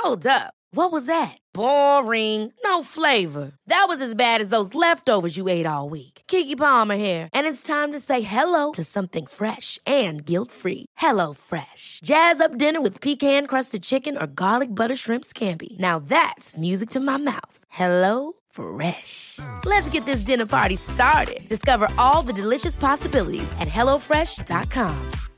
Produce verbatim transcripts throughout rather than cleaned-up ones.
Hold up. What was that? Boring. No flavor. That was as bad as those leftovers you ate all week. Keke Palmer here. And it's time to say hello to something fresh and guilt-free. Hello Fresh. Jazz up dinner with pecan-crusted chicken or garlic butter shrimp scampi. Now that's music to my mouth. Hello Fresh. Let's get this dinner party started. Discover all the delicious possibilities at hello fresh dot com.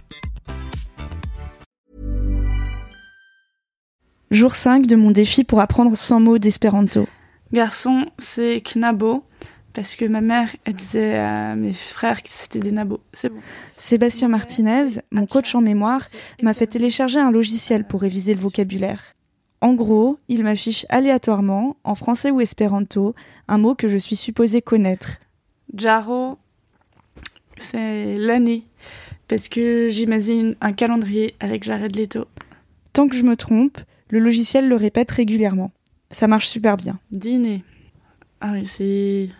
Jour cinq de mon défi pour apprendre cent mots d'espéranto. Garçon, c'est knabo, parce que ma mère, elle disait à mes frères que c'était des nabos. C'est bon. Sébastien Martinez, mon coach en mémoire, m'a fait télécharger un logiciel pour réviser le vocabulaire. En gros, il m'affiche aléatoirement, en français ou espéranto, un mot que je suis supposée connaître. Jaro, c'est l'année, parce que j'imagine un calendrier avec Jared Leto. Tant que je me trompe, le logiciel le répète régulièrement. Ça marche super bien. Dîner. Ah oui, c'est...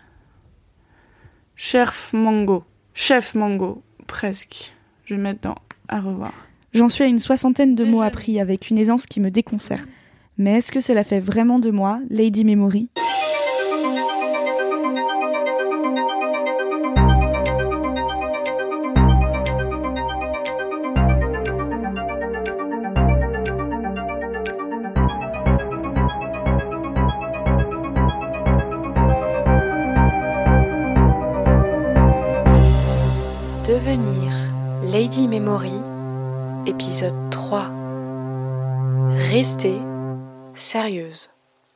Chef Mango. Chef Mango, presque. Je vais mettre dans à revoir. J'en suis à une soixantaine de mots appris avec une aisance qui me déconcerte. Mais est-ce que cela fait vraiment de moi Lady Memory ? Devenir Lady Memory, épisode trois. Rester sérieuse.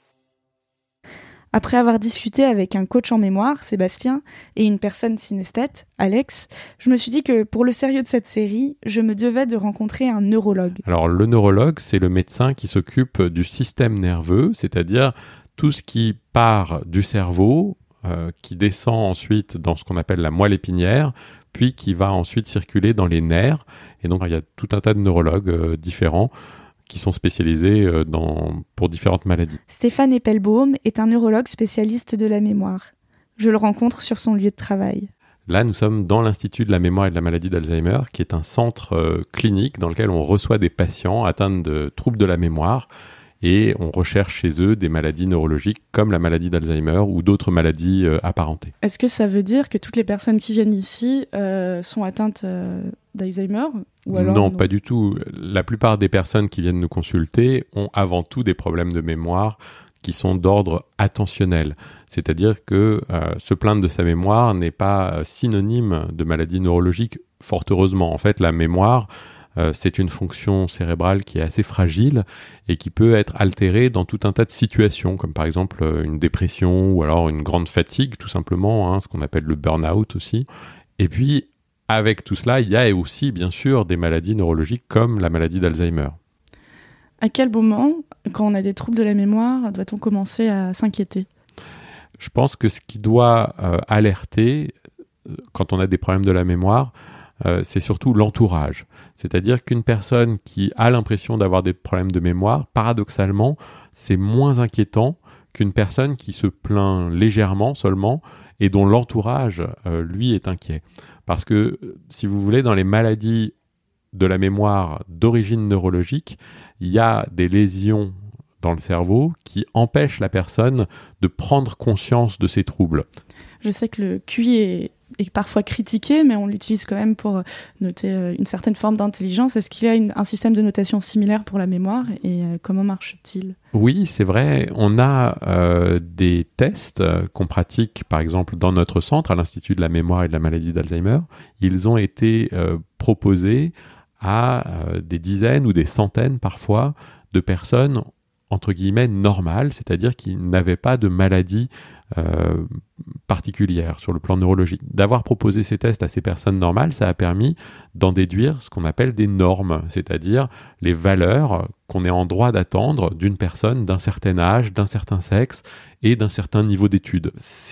Après avoir discuté avec un coach en mémoire, Sébastien, et une personne synesthète, Alex, je me suis dit que pour le sérieux de cette série, je me devais de rencontrer un neurologue. Alors le neurologue, c'est le médecin qui s'occupe du système nerveux, c'est-à-dire tout ce qui part du cerveau, euh, qui descend ensuite dans ce qu'on appelle la moelle épinière, puis qui va ensuite circuler dans les nerfs. Et donc, il y a tout un tas de neurologues euh, différents qui sont spécialisés euh, dans, pour différentes maladies. Stéphane Eppelbaum est un neurologue spécialiste de la mémoire. Je le rencontre sur son lieu de travail. Là, nous sommes dans l'Institut de la mémoire et de la maladie d'Alzheimer, qui est un centre euh, clinique dans lequel on reçoit des patients atteints de troubles de la mémoire et on recherche chez eux des maladies neurologiques comme la maladie d'Alzheimer ou d'autres maladies euh, apparentées. Est-ce que ça veut dire que toutes les personnes qui viennent ici euh, sont atteintes euh, d'Alzheimer ou alors non, non, pas du tout. La plupart des personnes qui viennent nous consulter ont avant tout des problèmes de mémoire qui sont d'ordre attentionnel. C'est-à-dire que euh, se plaindre de sa mémoire n'est pas synonyme de maladie neurologique, fort heureusement. En fait, la mémoire, Euh, c'est une fonction cérébrale qui est assez fragile et qui peut être altérée dans tout un tas de situations, comme par exemple euh, une dépression ou alors une grande fatigue, tout simplement, hein, ce qu'on appelle le burn-out aussi. Et puis, avec tout cela, il y a aussi, bien sûr, des maladies neurologiques comme la maladie d'Alzheimer. À quel moment, quand on a des troubles de la mémoire, doit-on commencer à s'inquiéter ? Je pense que ce qui doit euh, alerter, euh, quand on a des problèmes de la mémoire, Euh, c'est surtout l'entourage. C'est-à-dire qu'une personne qui a l'impression d'avoir des problèmes de mémoire, paradoxalement, c'est moins inquiétant qu'une personne qui se plaint légèrement seulement et dont l'entourage, euh, lui, est inquiet. Parce que, si vous voulez, dans les maladies de la mémoire d'origine neurologique, il y a des lésions dans le cerveau qui empêchent la personne de prendre conscience de ses troubles. Je sais que le Q I est est parfois critiqué, mais on l'utilise quand même pour noter une certaine forme d'intelligence. Est-ce qu'il y a une, un système de notation similaire pour la mémoire et euh, comment marche-t-il ? Oui, c'est vrai. On a euh, des tests euh, qu'on pratique, par exemple, dans notre centre, à l'Institut de la mémoire et de la maladie d'Alzheimer. Ils ont été euh, proposés à euh, des dizaines ou des centaines, parfois, de personnes entre guillemets normales, c'est-à-dire qui n'avaient pas de maladie euh, particulière sur le plan neurologique. D'avoir proposé ces tests à ces personnes normales, ça a permis d'en déduire ce qu'on appelle des normes, c'est-à-dire les valeurs qu'on est en droit d'attendre d'une personne d'un certain âge, d'un certain sexe et d'un certain niveau d'études.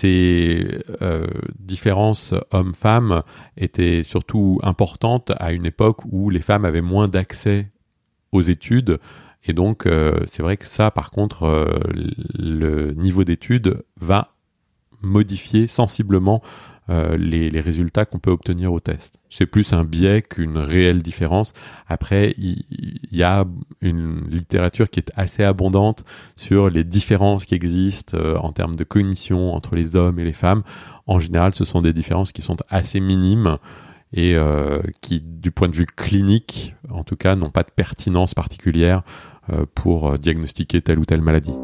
Ces euh, différences hommes-femmes étaient surtout importantes à une époque où les femmes avaient moins d'accès aux études. Et donc, euh, c'est vrai que ça, par contre, euh, le niveau d'études va modifier sensiblement euh, les, les résultats qu'on peut obtenir au test. C'est plus un biais qu'une réelle différence. Après, il, il y a une littérature qui est assez abondante sur les différences qui existent euh, en termes de cognition entre les hommes et les femmes. En général, ce sont des différences qui sont assez minimes et euh, qui, du point de vue clinique, en tout cas, n'ont pas de pertinence particulière euh, pour euh, diagnostiquer telle ou telle maladie.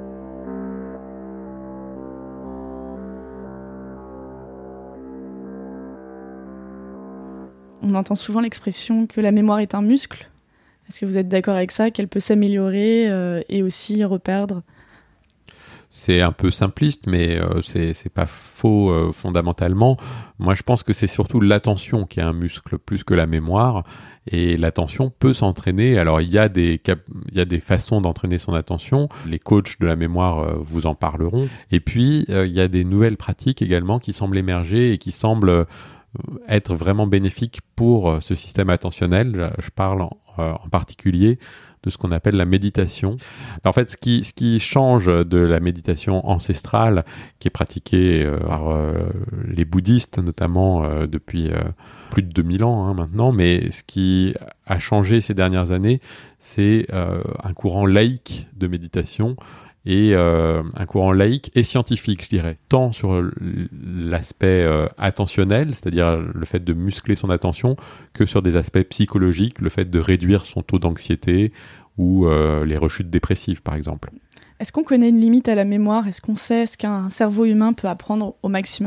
On entend souvent l'expression que la mémoire est un muscle. Est-ce que vous êtes d'accord avec ça, qu'elle peut s'améliorer euh, et aussi reperdre ? C'est un peu simpliste, mais euh, c'est, c'est pas faux euh, fondamentalement. Moi, je pense que c'est surtout l'attention qui est un muscle plus que la mémoire. Et l'attention peut s'entraîner. Alors, il y a des, cap- il y a des façons d'entraîner son attention. Les coachs de la mémoire euh, vous en parleront. Et puis, euh, il y a des nouvelles pratiques également qui semblent émerger et qui semblent être vraiment bénéfiques pour ce système attentionnel. Je parle en, en particulier de ce qu'on appelle la méditation. Alors en fait, ce qui, ce qui change de la méditation ancestrale qui est pratiquée euh, par euh, les bouddhistes, notamment euh, depuis euh, plus de deux mille ans hein, maintenant, mais ce qui a changé ces dernières années, c'est euh, un courant laïque de méditation et euh, un courant laïque et scientifique, je dirais, tant sur l'aspect euh, attentionnel, c'est-à-dire le fait de muscler son attention, que sur des aspects psychologiques, le fait de réduire son taux d'anxiété ou euh, les rechutes dépressives, par exemple. Est-ce qu'on connaît une limite à la mémoire ? Est-ce qu'on sait ce qu'un cerveau humain peut apprendre au maximum ?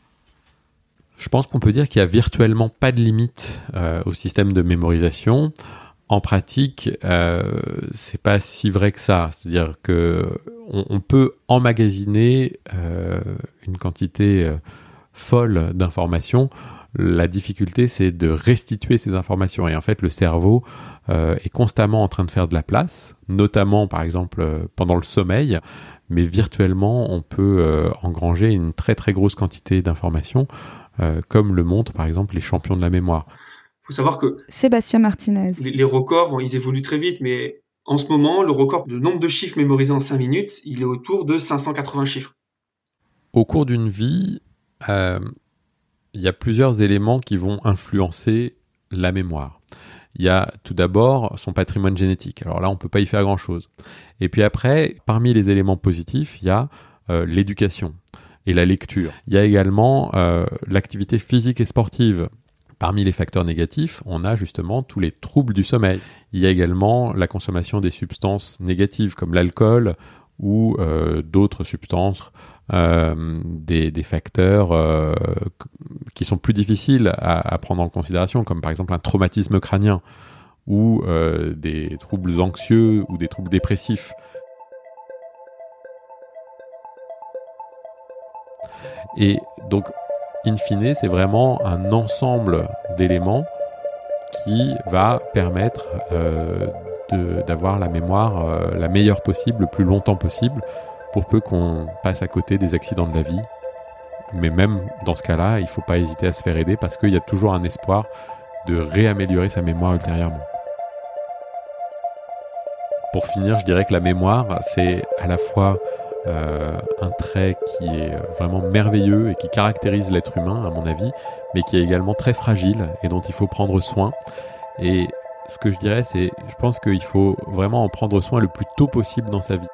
Je pense qu'on peut dire qu'il n'y a virtuellement pas de limite euh, au système de mémorisation. En pratique, euh, c'est pas si vrai que ça. C'est-à-dire que on, on peut emmagasiner euh, une quantité euh, folle d'informations. La difficulté, c'est de restituer ces informations. Et en fait, le cerveau euh, est constamment en train de faire de la place, notamment, par exemple, euh, pendant le sommeil. Mais virtuellement, on peut euh, engranger une très très grosse quantité d'informations, euh, comme le montrent, par exemple, les champions de la mémoire. Il faut savoir que Sébastien Martinez. Les, les records, bon, ils évoluent très vite, mais en ce moment, le record de nombre de chiffres mémorisés en cinq minutes, il est autour de cinq cent quatre-vingts chiffres. Au cours d'une vie, euh, il y a plusieurs éléments qui vont influencer la mémoire. Il y a tout d'abord son patrimoine génétique. Alors là, on ne peut pas y faire grand-chose. Et puis après, parmi les éléments positifs, il y a euh, l'éducation et la lecture. Il y a également euh, l'activité physique et sportive. Parmi les facteurs négatifs, on a justement tous les troubles du sommeil. Il y a également la consommation des substances négatives comme l'alcool ou euh, d'autres substances, euh, des, des facteurs euh, qui sont plus difficiles à, à prendre en considération, comme par exemple un traumatisme crânien ou euh, des troubles anxieux ou des troubles dépressifs. Et donc, in fine, c'est vraiment un ensemble d'éléments qui va permettre euh, de, d'avoir la mémoire euh, la meilleure possible, le plus longtemps possible, pour peu qu'on passe à côté des accidents de la vie. Mais même dans ce cas-là, il ne faut pas hésiter à se faire aider parce qu'il y a toujours un espoir de réaméliorer sa mémoire ultérieurement. Pour finir, je dirais que la mémoire, c'est à la fois Euh, un trait qui est vraiment merveilleux et qui caractérise l'être humain, à mon avis, mais qui est également très fragile et dont il faut prendre soin. Et ce que je dirais, c'est, je pense qu'il faut vraiment en prendre soin le plus tôt possible dans sa vie.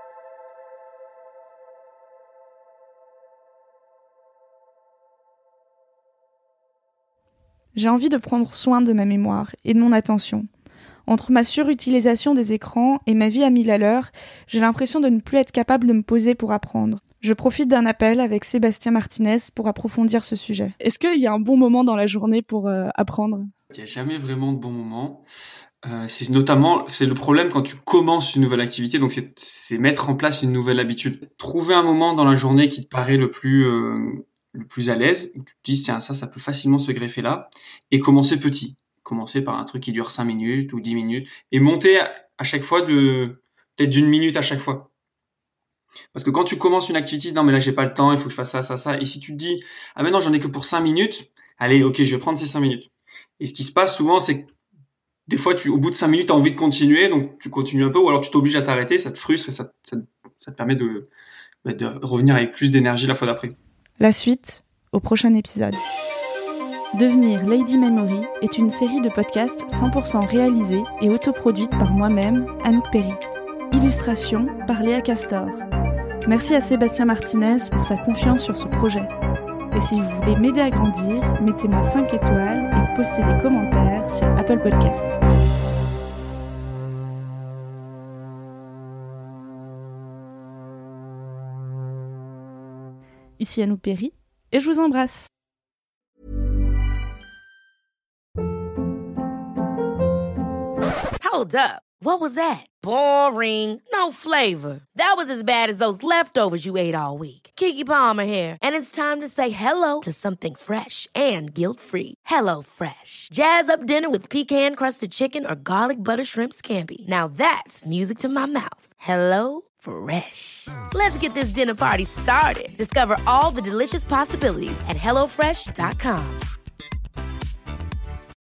J'ai envie de prendre soin de ma mémoire et de mon attention. Entre ma surutilisation des écrans et ma vie à mille à l'heure, j'ai l'impression de ne plus être capable de me poser pour apprendre. Je profite d'un appel avec Sébastien Martinez pour approfondir ce sujet. Est-ce qu'il y a un bon moment dans la journée pour euh, apprendre ? Il n'y a jamais vraiment de bon moment. Euh, c'est notamment, c'est le problème quand tu commences une nouvelle activité, donc c'est, c'est mettre en place une nouvelle habitude. Trouver un moment dans la journée qui te paraît le plus, euh, le plus à l'aise, où tu te dis, tiens, ça, ça peut facilement se greffer là, et commencer petit. Commencer par un truc qui dure cinq minutes ou dix minutes et monter à chaque fois de peut-être d'une minute à chaque fois. Parce que quand tu commences une activité, non mais là j'ai pas le temps, il faut que je fasse ça, ça, ça. Et si tu te dis, ah mais non, j'en ai que pour cinq minutes, allez, ok, je vais prendre ces cinq minutes. Et ce qui se passe souvent, c'est que des fois, tu, au bout de cinq minutes, tu as envie de continuer, donc tu continues un peu, ou alors tu t'obliges à t'arrêter, ça te frustre et ça, ça, ça te permet de, de revenir avec plus d'énergie la fois d'après. La suite, au prochain épisode. Devenir Lady Memory est une série de podcasts cent pour cent réalisée et autoproduite par moi-même, Anouk Perry. Illustration par Léa Castor. Merci à Sébastien Martinez pour sa confiance sur ce projet. Et si vous voulez m'aider à grandir, mettez-moi cinq étoiles et postez des commentaires sur Apple Podcasts. Ici Anouk Perry, et je vous embrasse. Hold up. What was that? Boring. No flavor. That was as bad as those leftovers you ate all week. Keke Palmer here, and it's time to say hello to something fresh and guilt-free. Hello Fresh. Jazz up dinner with pecan-crusted chicken or garlic butter shrimp scampi. Now that's music to my mouth. Hello Fresh. Let's get this dinner party started. Discover all the delicious possibilities at hello fresh dot com.